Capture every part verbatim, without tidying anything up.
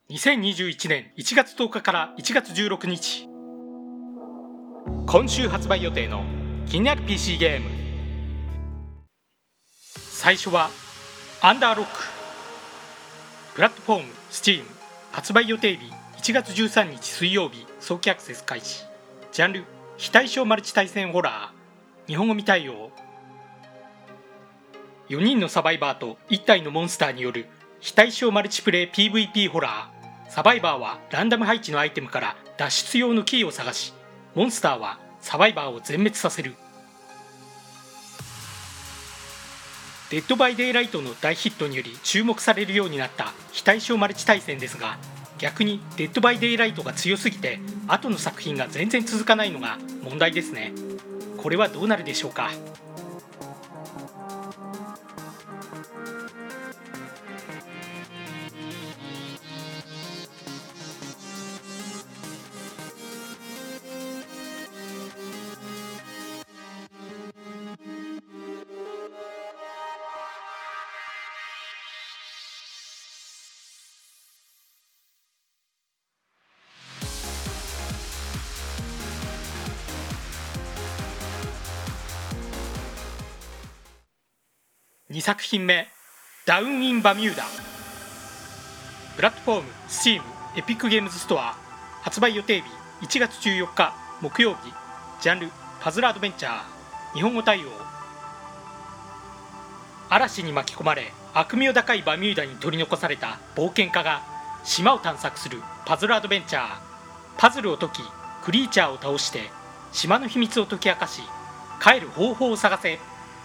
にせんにじゅういちねんいちがつとおかからいちがつじゅうろくにち、今週発売予定の気になる ピーシー ゲーム。最初はアンダーロック。プラットフォーム Steam、 発売予定日いちがつじゅうさんにち水曜日、早期アクセス開始。ジャンル非対称マルチ対戦ホラー、日本語未対応。よにんのサバイバーといち体のモンスターによる非対称マルチプレイ ピーブイピー ホラー。サバイバーはランダム配置のアイテムから脱出用のキーを探し、モンスターはサバイバーを全滅させる。デッドバイデイライトの大ヒットにより注目されるようになった非対称マルチ対戦ですが、逆にデッドバイデイライトが強すぎて後の作品が全然続かないのが問題ですね。これはどうなるでしょうか。にさく品目、ダウン・イン・バミューダ。プラットフォーム Steam、 エピックゲームズストア、発売予定日いちがつじゅうよっか木曜日。ジャンルパズルアドベンチャー、日本語対応。嵐に巻き込まれ悪名高いバミューダに取り残された冒険家が島を探索するパズルアドベンチャー。パズルを解きクリーチャーを倒して島の秘密を解き明かし、帰る方法を探せ。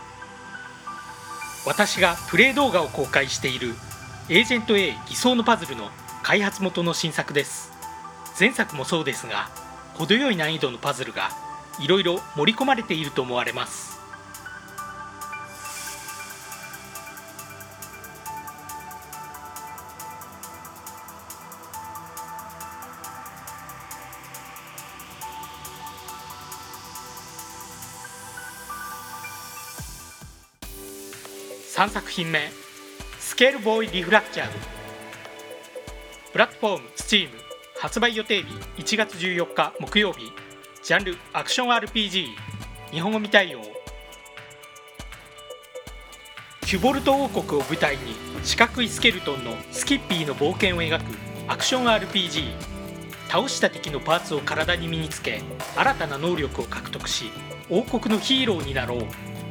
私がプレイ動画を公開しているエージェント A 偽装のパズルの開発元の新作です。前作もそうですが、程よい難易度のパズルがいろいろ盛り込まれていると思われます。さんさく品目、スケールボーイ・リフラクチャード。プラットフォーム Steam、 発売予定日いちがつじゅうよっか木曜日。ジャンルアクション アールピージー、 日本語未対応。キュボルト王国を舞台に四角いスケルトンのスキッピーの冒険を描くアクション アールピージー。 倒した敵のパーツを体に身につけ新たな能力を獲得し、王国のヒーローになろう。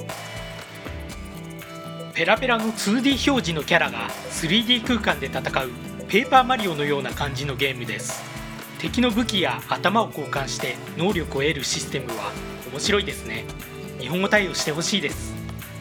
ペラペラの ツーディー 表示のキャラが スリーディー 空間で戦うペーパーマリオのような感じのゲームです。敵の武器や頭を交換して能力を得るシステムは面白いですね。日本語対応してほしいです。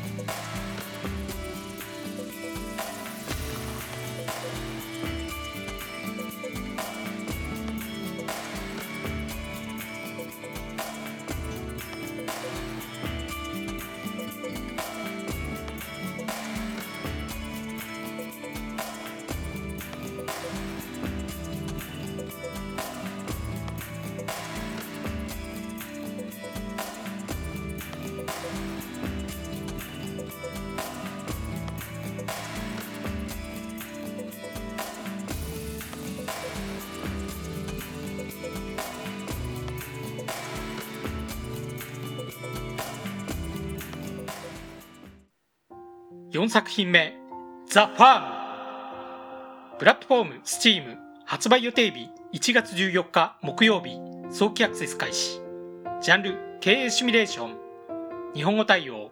よんさく品目、ザ・ファーム。プラットフォーム Steam、 発売予定日いちがつじゅうよっか木曜日、早期アクセス開始。ジャンル経営シミュレーション、日本語対応。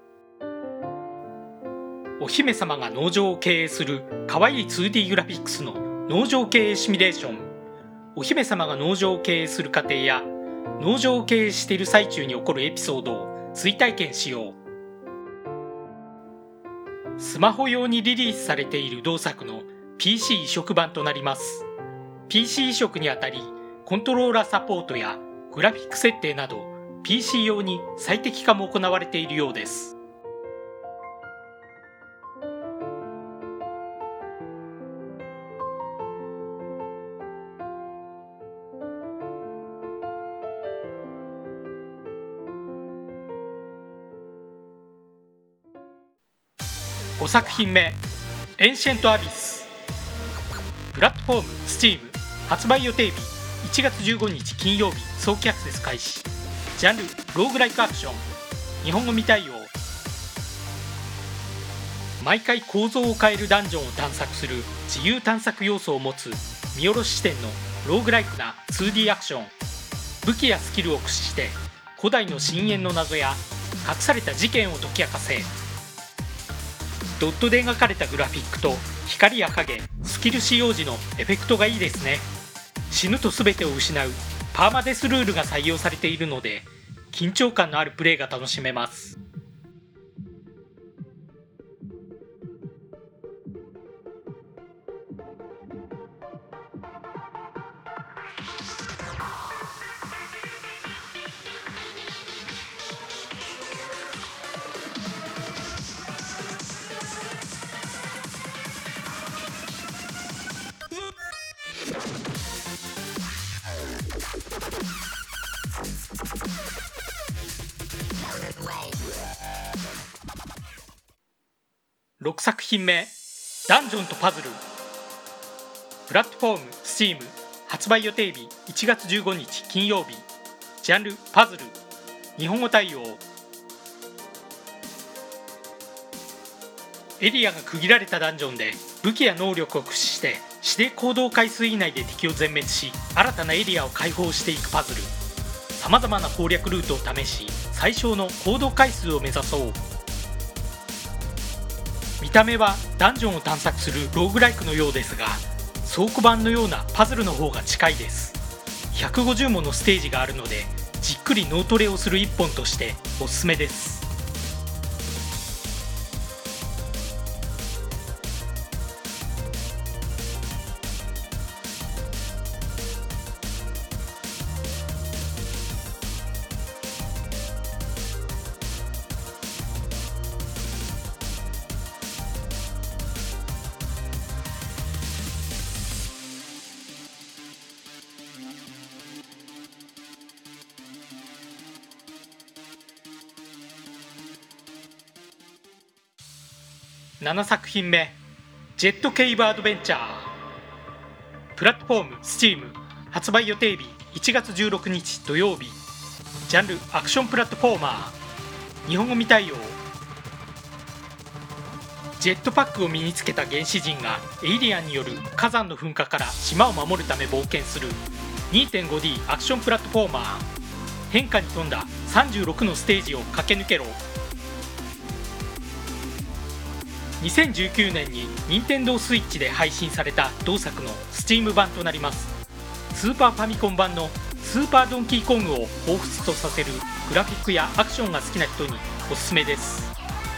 お姫様が農場を経営するかわいい ツーディー グラフィックスの農場経営シミュレーション。お姫様が農場を経営する過程や農場を経営している最中に起こるエピソードを追体験しよう。スマホ用にリリースされている同作の ピーシー 移植版となります。 ピーシー 移植にあたりコントローラーサポートやグラフィック設定など ピーシー 用に最適化も行われているようです。ごさく品目、エンシェントアビス。 プラットフォーム Steam 発売予定日いちがつじゅうごにち金曜日早期アクセス開始。ジャンルローグライクアクション、日本語未対応。毎回構造を変えるダンジョンを探索する自由探索要素を持つ見下ろし視点のローグライクな ツーディー アクション。武器やスキルを駆使して古代の深淵の謎や隠された事件を解き明かせ。ドットで描かれたグラフィックと光や影、スキル使用時のエフェクトがいいですね。死ぬと全てを失うパーマデスルールが採用されているので緊張感のあるプレイが楽しめます。ろくさく品目、ダンジョンとパズル。プラットフォーム Steam 発売予定日いちがつじゅうごにち金曜日。ジャンルパズル、日本語対応。エリアが区切られたダンジョンで武器や能力を駆使して指定行動回数以内で敵を全滅し新たなエリアを開放していくパズル。さまざまな攻略ルートを試し最小の行動回数を目指そう。見た目はダンジョンを探索するローグライクのようですが、倉庫版のようなパズルの方が近いです。ひゃくごじゅうものステージがあるのでじっくり脳トレをする一本としておすすめです。ななさく品目、ジェットケイブアドベンチャー。プラットフォーム Steam 発売予定日いちがつじゅうろくにち土曜日。ジャンルアクションプラットフォーマー、日本語未対応。ジェットパックを身につけた原始人がエイリアンによる火山の噴火から島を守るため冒険する にてんごディー アクションプラットフォーマー。変化に富んださんじゅうろくのステージを駆け抜けろ。にせんじゅうきゅうねんに任天堂スイッチで配信された同作の Steam 版となります。スーパーファミコン版のスーパードンキーコングを彷彿とさせるグラフィックやアクションが好きな人におすすめです。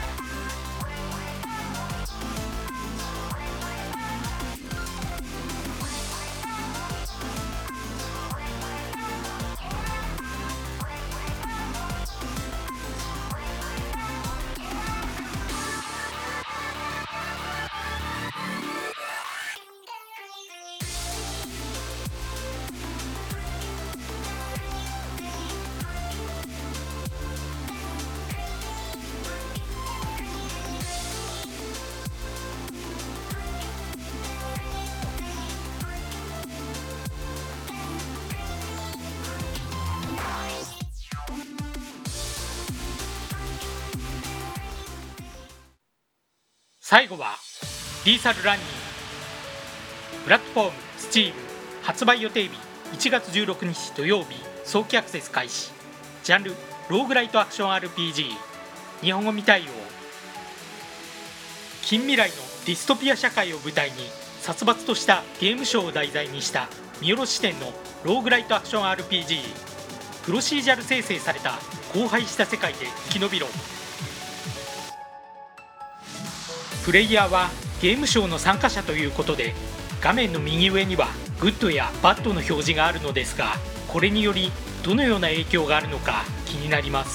最後はリーサルランニング。プラットフォーム Steam 発売予定日いちがつじゅうろくにち土曜日早期アクセス開始。ジャンルローグライトアクション アールピージー、 日本語未対応。近未来のディストピア社会を舞台に殺伐としたゲームショーを題材にした見下ろし視点のローグライトアクション アールピージー。 プロシージャル生成された荒廃した世界で生き延びろ。プレイヤーはゲームショーの参加者ということで画面の右上にはグッドやバッドの表示があるのですが、これによりどのような影響があるのか気になります。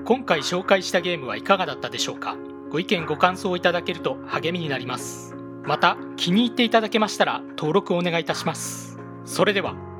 今回紹介したゲームはいかがだったでしょうか。ご意見ご感想をいただけると励みになります。また気に入っていただけましたら登録をお願いいたします。それでは。